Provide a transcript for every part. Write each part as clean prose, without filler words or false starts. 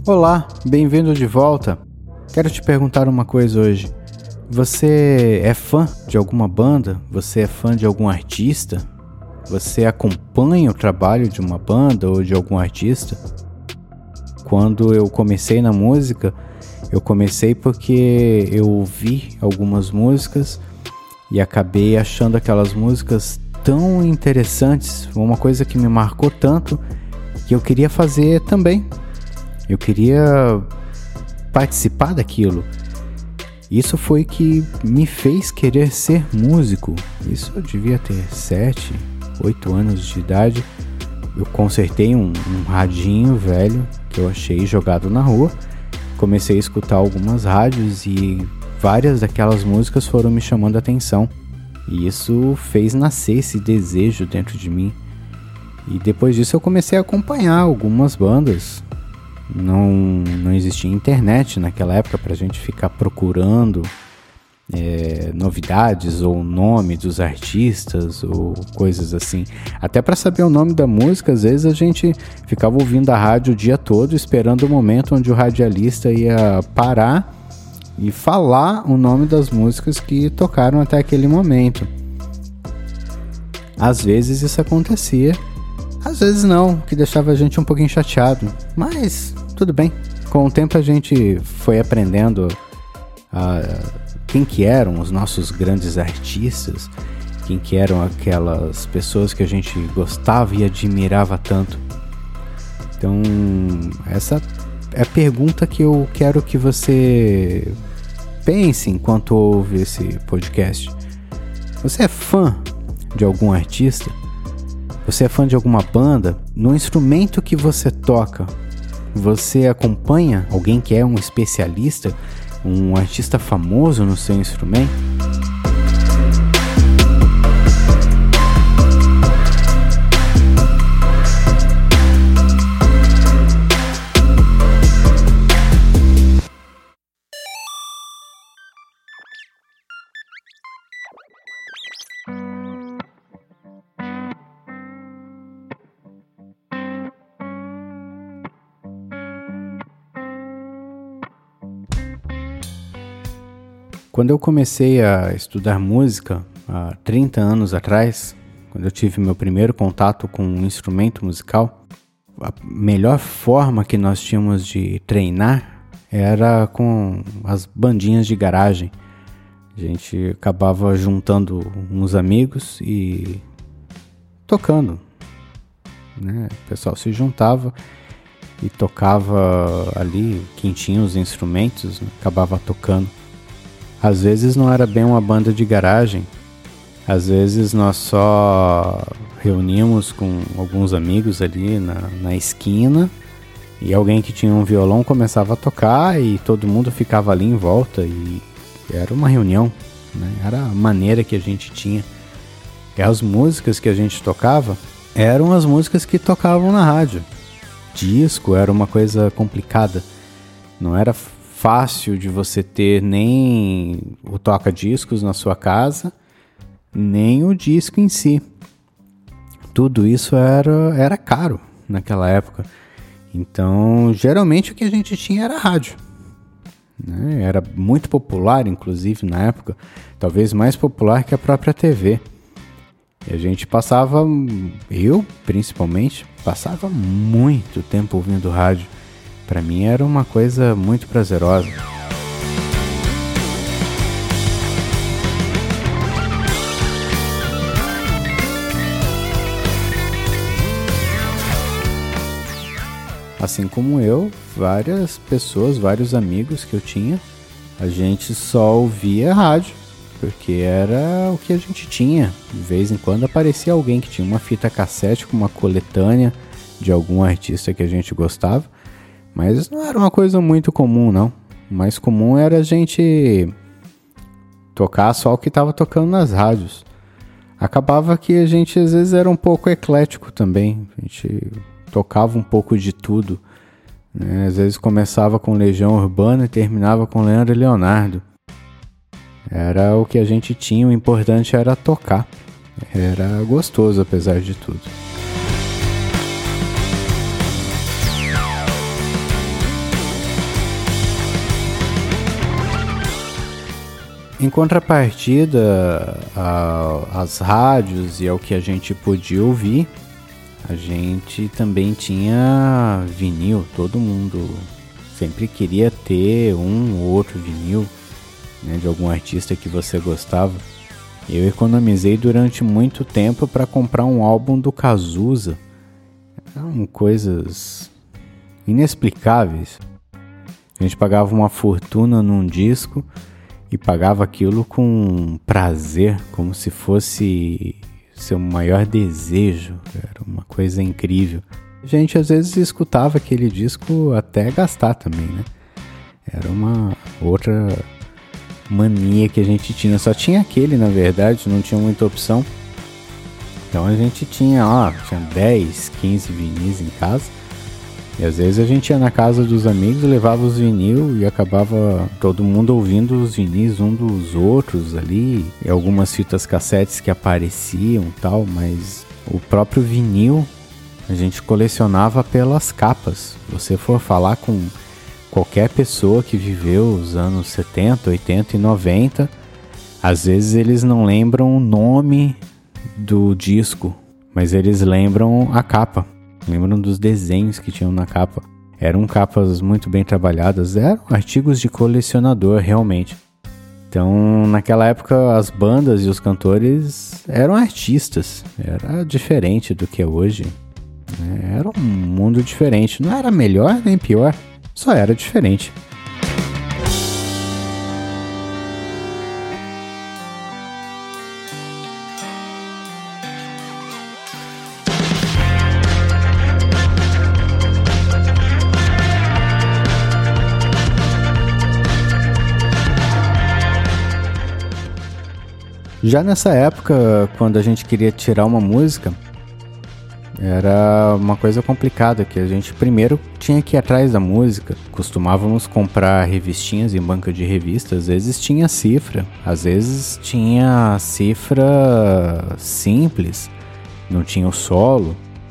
Olá, bem-vindo de volta. Quero te perguntar uma coisa hoje. Você é fã de alguma banda? Você é fã de algum artista? Você acompanha o trabalho de uma banda ou de algum artista? Quando eu comecei na música, eu comecei porque eu ouvi algumas músicas e acabei achando aquelas músicas tão interessantes, uma coisa que me marcou tanto que eu queria fazer também. Eu queria participar daquilo. Isso foi que me fez querer ser músico. Isso eu devia ter 7, 8 anos de idade. Eu consertei um radinho velho que eu achei jogado na rua. Comecei a escutar algumas rádios e várias daquelas músicas foram me chamando a atenção. E isso fez nascer esse desejo dentro de mim. E depois disso eu comecei a acompanhar algumas bandas. Não existia internet naquela época para a gente ficar procurando novidades ou nome dos artistas ou coisas assim. Até para saber o nome da música, às vezes a gente ficava ouvindo a rádio o dia todo, esperando o momento onde o radialista ia parar e falar o nome das músicas que tocaram até aquele momento. Às vezes isso acontecia, às vezes não, que deixava a gente um pouquinho chateado, mas tudo bem. Com o tempo a gente foi aprendendo quem que eram os nossos grandes artistas, quem que eram aquelas pessoas que a gente gostava e admirava tanto. Então, essa é a pergunta que eu quero que você pense enquanto ouve esse podcast. Você é fã de algum artista? Você é fã de alguma banda? No instrumento que você toca, você acompanha alguém que é um especialista, um artista famoso no seu instrumento? Quando eu comecei a estudar música, há 30 anos atrás, quando eu tive meu primeiro contato com um instrumento musical, a melhor forma que nós tínhamos de treinar era com as bandinhas de garagem. A gente acabava juntando uns amigos e tocando, né? O pessoal se juntava e tocava ali, quentinho os instrumentos, né? Acabava tocando. Às vezes não era bem uma banda de garagem, às vezes nós só reuníamos com alguns amigos ali na esquina e alguém que tinha um violão começava a tocar e todo mundo ficava ali em volta e era uma reunião, né? Era a maneira que a gente tinha. E as músicas que a gente tocava eram as músicas que tocavam na rádio. Disco era uma coisa complicada, não era fácil de você ter nem o toca-discos na sua casa, nem o disco em si. Tudo isso era caro naquela época. Então, geralmente o que a gente tinha era rádio, né? Era muito popular, inclusive, na época. Talvez mais popular que a própria TV. E a gente passava, eu principalmente, passava muito tempo ouvindo rádio. Para mim era uma coisa muito prazerosa. Assim como eu, várias pessoas, vários amigos que eu tinha, a gente só ouvia rádio, porque era o que a gente tinha. De vez em quando aparecia alguém que tinha uma fita cassete com uma coletânea de algum artista que a gente gostava. Mas não era uma coisa muito comum, não. O mais comum era a gente tocar só o que estava tocando nas rádios. Acabava que a gente às vezes era um pouco eclético também. A gente tocava um pouco de tudo, né? Às vezes começava com Legião Urbana e terminava com Leandro e Leonardo. Era o que a gente tinha, o importante era tocar. Era gostoso apesar de tudo. Em contrapartida às rádios e ao que a gente podia ouvir, a gente também tinha vinil. Todo mundo sempre queria ter um ou outro vinil, né, de algum artista que você gostava. Eu economizei durante muito tempo para comprar um álbum do Cazuza. Eram coisas inexplicáveis. A gente pagava uma fortuna num disco e pagava aquilo com prazer, como se fosse seu maior desejo. Era uma coisa incrível. A gente às vezes escutava aquele disco até gastar também, né? Era uma outra mania que a gente tinha. Só tinha aquele, na verdade, não tinha muita opção. Então a gente tinha 10, 15 vinis em casa. E às vezes a gente ia na casa dos amigos, levava os vinil e acabava todo mundo ouvindo os vinis um dos outros ali. E algumas fitas cassetes que apareciam e tal, mas o próprio vinil a gente colecionava pelas capas. Se você for falar com qualquer pessoa que viveu os anos 70, 80 e 90, às vezes eles não lembram o nome do disco, mas eles lembram a capa. Lembram dos desenhos que tinham na capa. Eram capas muito bem trabalhadas, eram artigos de colecionador, realmente. Então, naquela época, as bandas e os cantores eram artistas. Era diferente do que é hoje. Era um mundo diferente. Não era melhor nem pior, só era diferente. Já nessa época, quando a gente queria tirar uma música, era uma coisa complicada, que a gente primeiro tinha que ir atrás da música. Costumávamos comprar revistinhas em banca de revistas, às vezes tinha cifra, às vezes tinha cifra simples, não tinha o solo.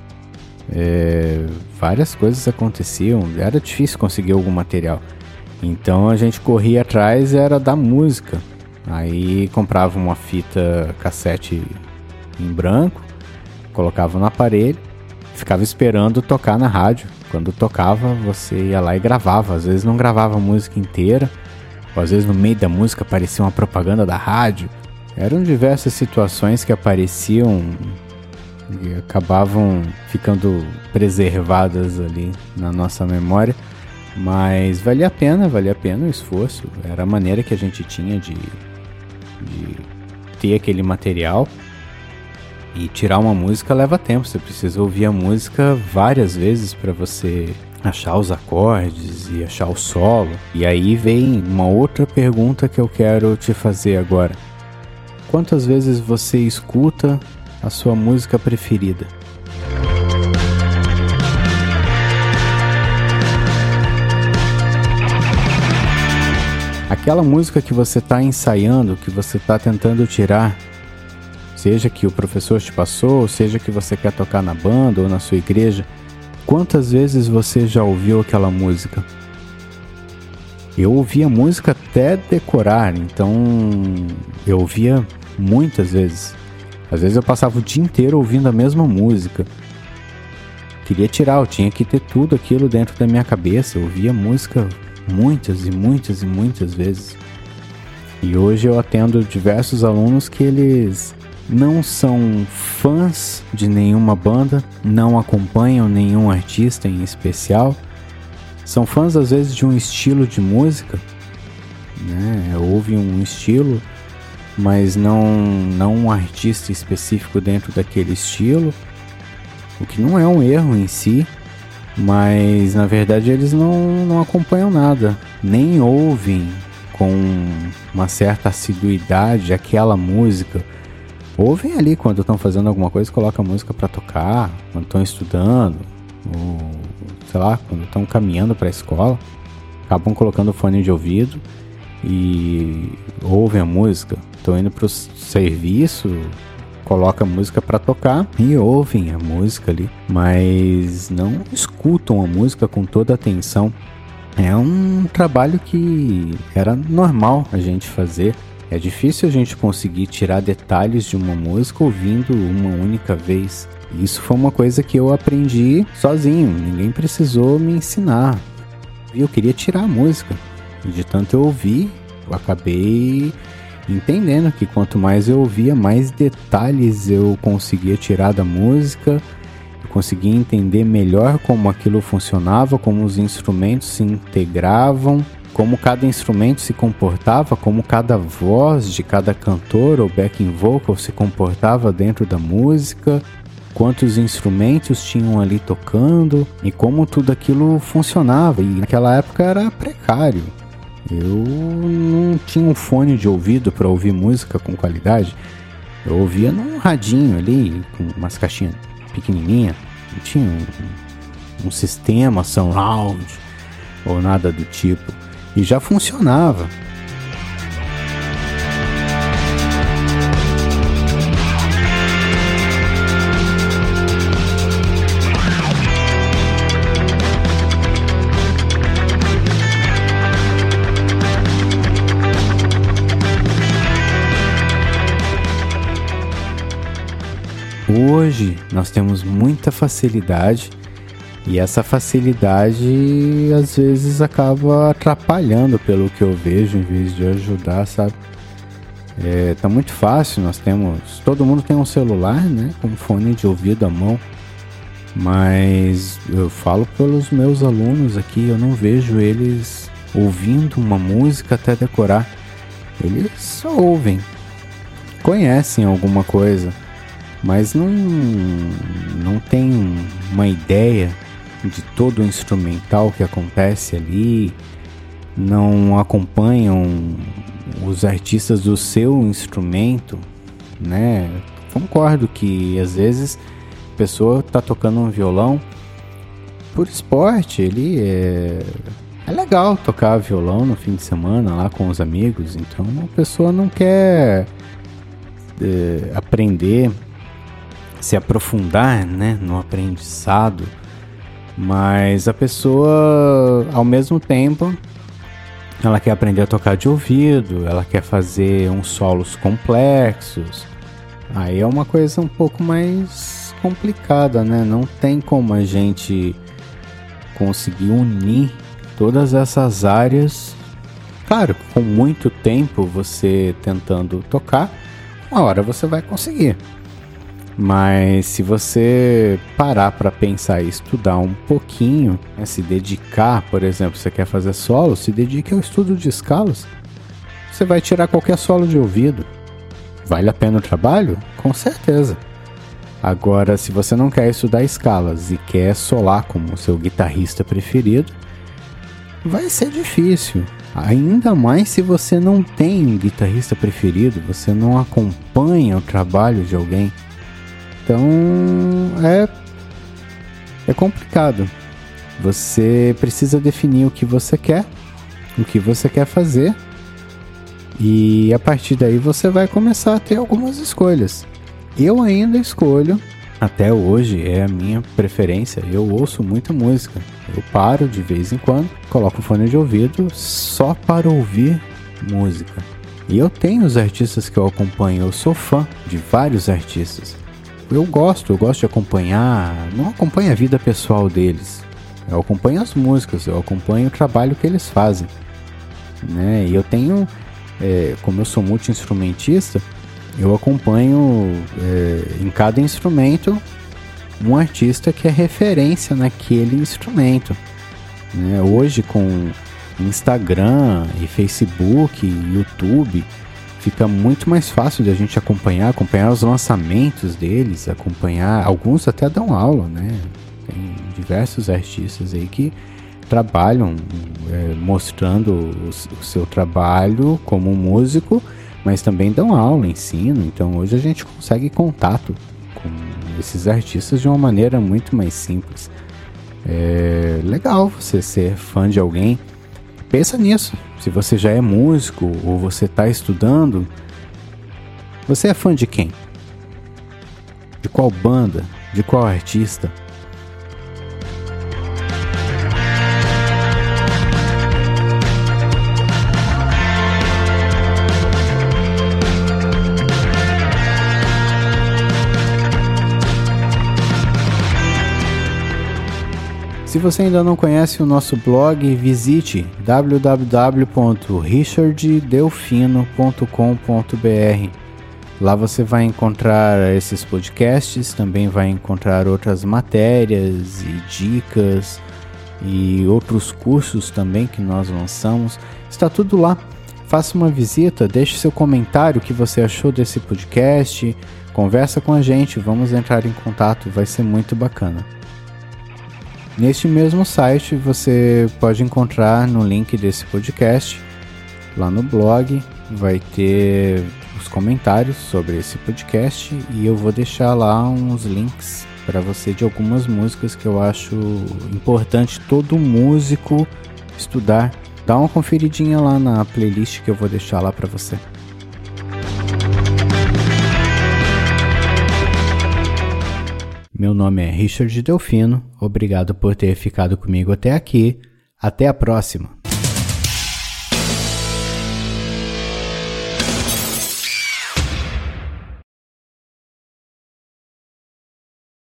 Várias coisas aconteciam, era difícil conseguir algum material. Então a gente corria atrás, era da música. Aí comprava uma fita cassete em branco, colocava no aparelho, ficava esperando tocar na rádio. Quando tocava, você ia lá e gravava. Às vezes não gravava a música inteira, ou às vezes no meio da música aparecia uma propaganda da rádio. Eram diversas situações que apareciam e acabavam ficando preservadas ali na nossa memória. Mas valia a pena o esforço. Era a maneira que a gente tinha de ter aquele material. E tirar uma música leva tempo. Você precisa ouvir a música várias vezes para você achar os acordes e achar o solo. E aí vem uma outra pergunta que eu quero te fazer agora. Quantas vezes você escuta a sua música preferida? Aquela música que você está ensaiando, que você está tentando tirar, seja que o professor te passou, seja que você quer tocar na banda ou na sua igreja, quantas vezes você já ouviu aquela música? Eu ouvia música até decorar, então eu ouvia muitas vezes. Às vezes eu passava o dia inteiro ouvindo a mesma música. Queria tirar, eu tinha que ter tudo aquilo dentro da minha cabeça. Eu ouvia música muitas e muitas e muitas vezes. E hoje eu atendo diversos alunos que eles não são fãs de nenhuma banda, não acompanham nenhum artista em especial, são fãs às vezes de um estilo de música, né? Ouvem um estilo, mas não um artista específico dentro daquele estilo, o que não é um erro em si. Mas na verdade eles não acompanham nada, nem ouvem com uma certa assiduidade aquela música. Ouvem ali quando estão fazendo alguma coisa, colocam a música para tocar, quando estão estudando, ou sei lá, quando estão caminhando para a escola, acabam colocando o fone de ouvido e ouvem a música. Estão indo para o serviço, coloca a música para tocar e ouvem a música ali, mas não escutam a música com toda a atenção. É um trabalho que era normal a gente fazer É difícil a gente conseguir tirar detalhes de uma música ouvindo uma única vez. Isso foi uma coisa que eu aprendi sozinho, ninguém precisou me ensinar. E eu queria tirar a música. E de tanto eu ouvir, eu acabei entendendo que quanto mais eu ouvia, mais detalhes eu conseguia tirar da música. Eu conseguia entender melhor como aquilo funcionava, como os instrumentos se integravam, como cada instrumento se comportava, como cada voz de cada cantor ou backing vocal se comportava dentro da música, quantos instrumentos tinham ali tocando e como tudo aquilo funcionava. E naquela época era precário. Eu não tinha um fone de ouvido para ouvir música com qualidade. Eu ouvia num radinho ali, com umas caixinhas pequenininhas. Não tinha um sistema surround ou nada do tipo. E já funcionava. Hoje nós temos muita facilidade e essa facilidade às vezes acaba atrapalhando, pelo que eu vejo, em vez de ajudar, sabe? Tá muito fácil, todo mundo tem um celular, né, com fone de ouvido à mão, mas eu falo pelos meus alunos aqui, eu não vejo eles ouvindo uma música até decorar. Eles só ouvem, conhecem alguma coisa, mas não tem uma ideia de todo o instrumental que acontece ali, não acompanham os artistas do seu instrumento, né? Concordo que às vezes a pessoa está tocando um violão por esporte, é legal tocar violão no fim de semana lá com os amigos, então a pessoa não quer aprender, se aprofundar, né, no aprendizado, mas a pessoa, ao mesmo tempo, ela quer aprender a tocar de ouvido, ela quer fazer uns solos complexos. Aí é uma coisa um pouco mais complicada, né? Não tem como a gente conseguir unir todas essas áreas. Claro, com muito tempo você tentando tocar, uma hora você vai conseguir. Mas se você parar para pensar e estudar um pouquinho, né, se dedicar, por exemplo, você quer fazer solo, se dedique ao estudo de escalas. Você vai tirar qualquer solo de ouvido. Vale a pena o trabalho? Com certeza. Agora, se você não quer estudar escalas e quer solar como o seu guitarrista preferido, vai ser difícil. Ainda mais se você não tem um guitarrista preferido, você não acompanha o trabalho de alguém. Então, é complicado. Você precisa definir o que você quer fazer, e a partir daí você vai começar a ter algumas escolhas. Eu ainda escolho, até hoje é a minha preferência, eu ouço muita música. Eu paro de vez em quando, coloco o fone de ouvido só para ouvir música. E eu tenho os artistas que eu acompanho, eu sou fã de vários artistas. Eu gosto de acompanhar, não acompanho a vida pessoal deles, eu acompanho as músicas, eu acompanho o trabalho que eles fazem, né? E eu tenho, como eu sou multi-instrumentista, eu acompanho em cada instrumento um artista que é referência naquele instrumento, né? Hoje com Instagram e Facebook e YouTube, fica muito mais fácil de a gente acompanhar os lançamentos deles, alguns até dão aula, né? Tem diversos artistas aí que trabalham mostrando o seu trabalho como músico, mas também dão aula, ensinam. Então hoje a gente consegue contato com esses artistas de uma maneira muito mais simples. É legal você ser fã de alguém. Pensa nisso. Se você já é músico ou você está estudando, você é fã de quem? De qual banda? De qual artista? Se você ainda não conhece o nosso blog, visite www.richarddelfino.com.br. Lá você vai encontrar esses podcasts, também vai encontrar outras matérias e dicas e outros cursos também que nós lançamos. Está tudo lá. Faça uma visita, deixe seu comentário, o que você achou desse podcast, conversa com a gente, vamos entrar em contato, vai ser muito bacana. Neste mesmo site você pode encontrar no link desse podcast, lá no blog, vai ter os comentários sobre esse podcast e eu vou deixar lá uns links para você de algumas músicas que eu acho importante todo músico estudar. Dá uma conferidinha lá na playlist que eu vou deixar lá para você. Meu nome é Richard Delfino, obrigado por ter ficado comigo até aqui, até a próxima!